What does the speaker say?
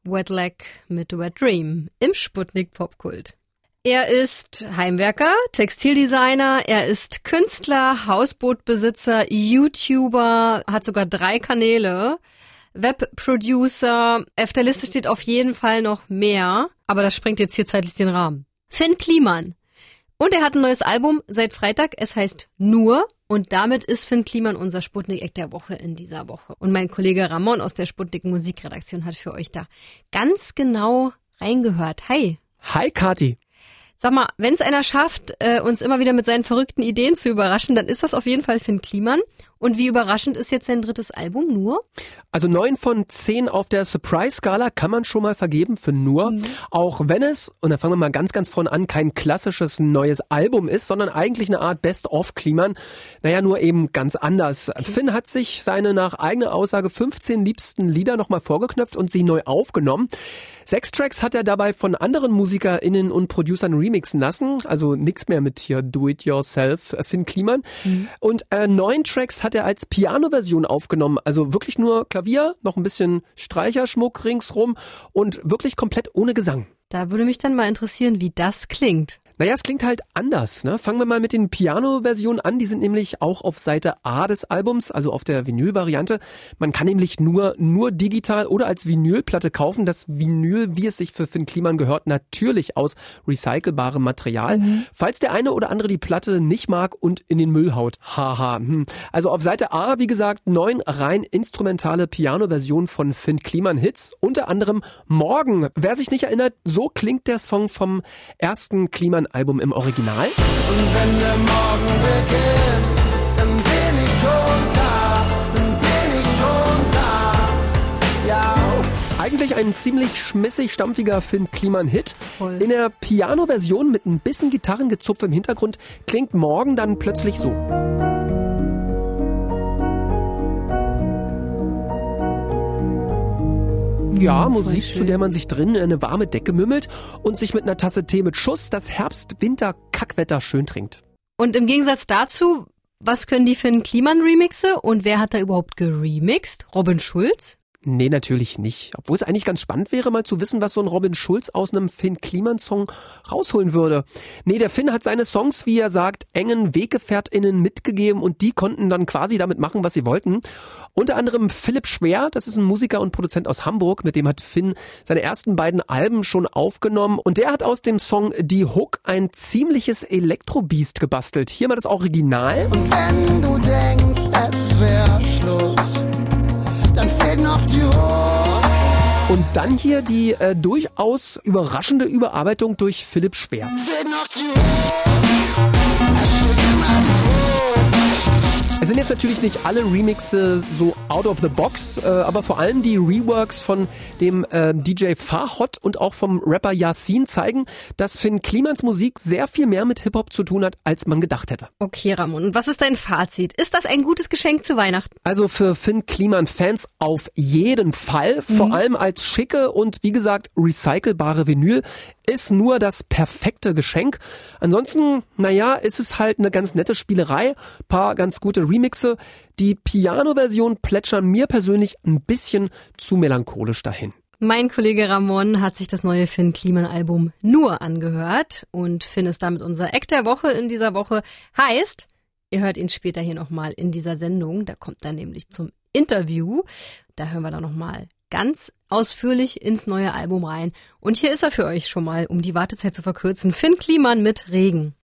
Wet Leg mit Wet Dream im Sputnik Popkult. Er ist Heimwerker, Textildesigner, er ist Künstler, Hausbootbesitzer, YouTuber, hat sogar 3 Kanäle, Webproducer. Auf der Liste steht auf jeden Fall noch mehr, aber das sprengt jetzt hier zeitlich den Rahmen. Finn Kliman. Und er hat ein neues Album seit Freitag, es heißt Nur. Und damit ist Finn Kliman unser Sputnik-Eck der Woche in dieser Woche. Und mein Kollege Ramon aus der Sputnik Musikredaktion hat für euch da ganz genau reingehört. Hi. Hi, Kathi. Sag mal, wenn es einer schafft, uns immer wieder mit seinen verrückten Ideen zu überraschen, dann ist das auf jeden Fall Finn Kliman. Und wie überraschend ist jetzt sein drittes Album, Nur? Also 9 von 10 auf der Surprise-Skala kann man schon mal vergeben für Nur. Auch wenn es, und da fangen wir mal ganz vorne an, kein klassisches neues Album ist, sondern eigentlich eine Art Best-of-Kliman. Naja, nur eben ganz anders. Finn hat sich seine nach eigener Aussage 15 liebsten Lieder nochmal vorgeknöpft und sie neu aufgenommen. 6 Tracks hat er dabei von anderen MusikerInnen und Producern remixen lassen. Also nix mehr mit hier Do-It-Yourself, Finn Kliman. Und 9 Tracks hat er als Piano-Version aufgenommen. Also wirklich nur Klavier, noch ein bisschen Streicherschmuck ringsrum und wirklich komplett ohne Gesang. Da würde mich dann mal interessieren, wie das klingt. Naja, es klingt halt anders, ne? Fangen wir mal mit den Piano-Versionen an. Die sind nämlich auch auf Seite A des Albums, also auf der Vinyl-Variante. Man kann nämlich nur digital oder als Vinylplatte kaufen. Das Vinyl, wie es sich für Finn Kliman gehört, natürlich aus recycelbarem Material. Falls der eine oder andere die Platte nicht mag und in den Müll haut. Haha. Also auf Seite A, wie gesagt, 9 rein instrumentale Piano-Versionen von Finn Kliman Hits. Unter anderem Morgen. Wer sich nicht erinnert, so klingt der Song vom ersten Kliman-Album im Original. Und wenn der Morgen beginnt, dann bin ich schon da, ja. Eigentlich ein ziemlich schmissig, stampfiger Finn Kliman-Hit. Voll. In der Piano-Version mit ein bisschen Gitarrengezupf im Hintergrund klingt Morgen dann plötzlich so. Ja, Musik, zu der man sich drin in eine warme Decke mümmelt und sich mit einer Tasse Tee mit Schuss das Herbst-Winter-Kackwetter schön trinkt. Und im Gegensatz dazu, was können die Finn Kliman-Remixe und wer hat da überhaupt geremixt? Robin Schulz? Nee, natürlich nicht. Obwohl es eigentlich ganz spannend wäre, mal zu wissen, was so ein Robin Schulz aus einem Finn Kliman-Song rausholen würde. Nee, der Finn hat seine Songs, wie er sagt, engen WeggefährtInnen mitgegeben und die konnten dann quasi damit machen, was sie wollten. Unter anderem Philipp Schwer, das ist ein Musiker und Produzent aus Hamburg, mit dem hat Finn seine ersten beiden Alben schon aufgenommen und der hat aus dem Song Die Hook ein ziemliches Elektrobeast gebastelt. Hier mal das Original. Und wenn du denkst, es wär Schluss, dann fehlt noch die Hook. Und dann hier die durchaus überraschende Überarbeitung durch Philipp Schwer. Fehlt noch die Hook. Es fehlt immer die Hook. Es sind jetzt natürlich nicht alle Remixe so out of the box, aber vor allem die Reworks von dem DJ Fahot und auch vom Rapper Yasin zeigen, dass Finn Klimans Musik sehr viel mehr mit Hip-Hop zu tun hat, als man gedacht hätte. Okay, Ramon, und was ist dein Fazit? Ist das ein gutes Geschenk zu Weihnachten? Also für Finn Kliman-Fans auf jeden Fall, vor allem als schicke und wie gesagt recycelbare Vinyl, ist nur das perfekte Geschenk. Ansonsten, naja, ist es halt eine ganz nette Spielerei, paar ganz gute Remixe. Die Piano-Version plätschern mir persönlich ein bisschen zu melancholisch dahin. Mein Kollege Ramon hat sich das neue Finn Kliman-Album Nur angehört und Finn ist damit unser Eck der Woche in dieser Woche. Heißt, ihr hört ihn später hier nochmal in dieser Sendung, da kommt er nämlich zum Interview. Da hören wir dann nochmal ganz ausführlich ins neue Album rein. Und hier ist er für euch schon mal, um die Wartezeit zu verkürzen, Finn Kliman mit Regen.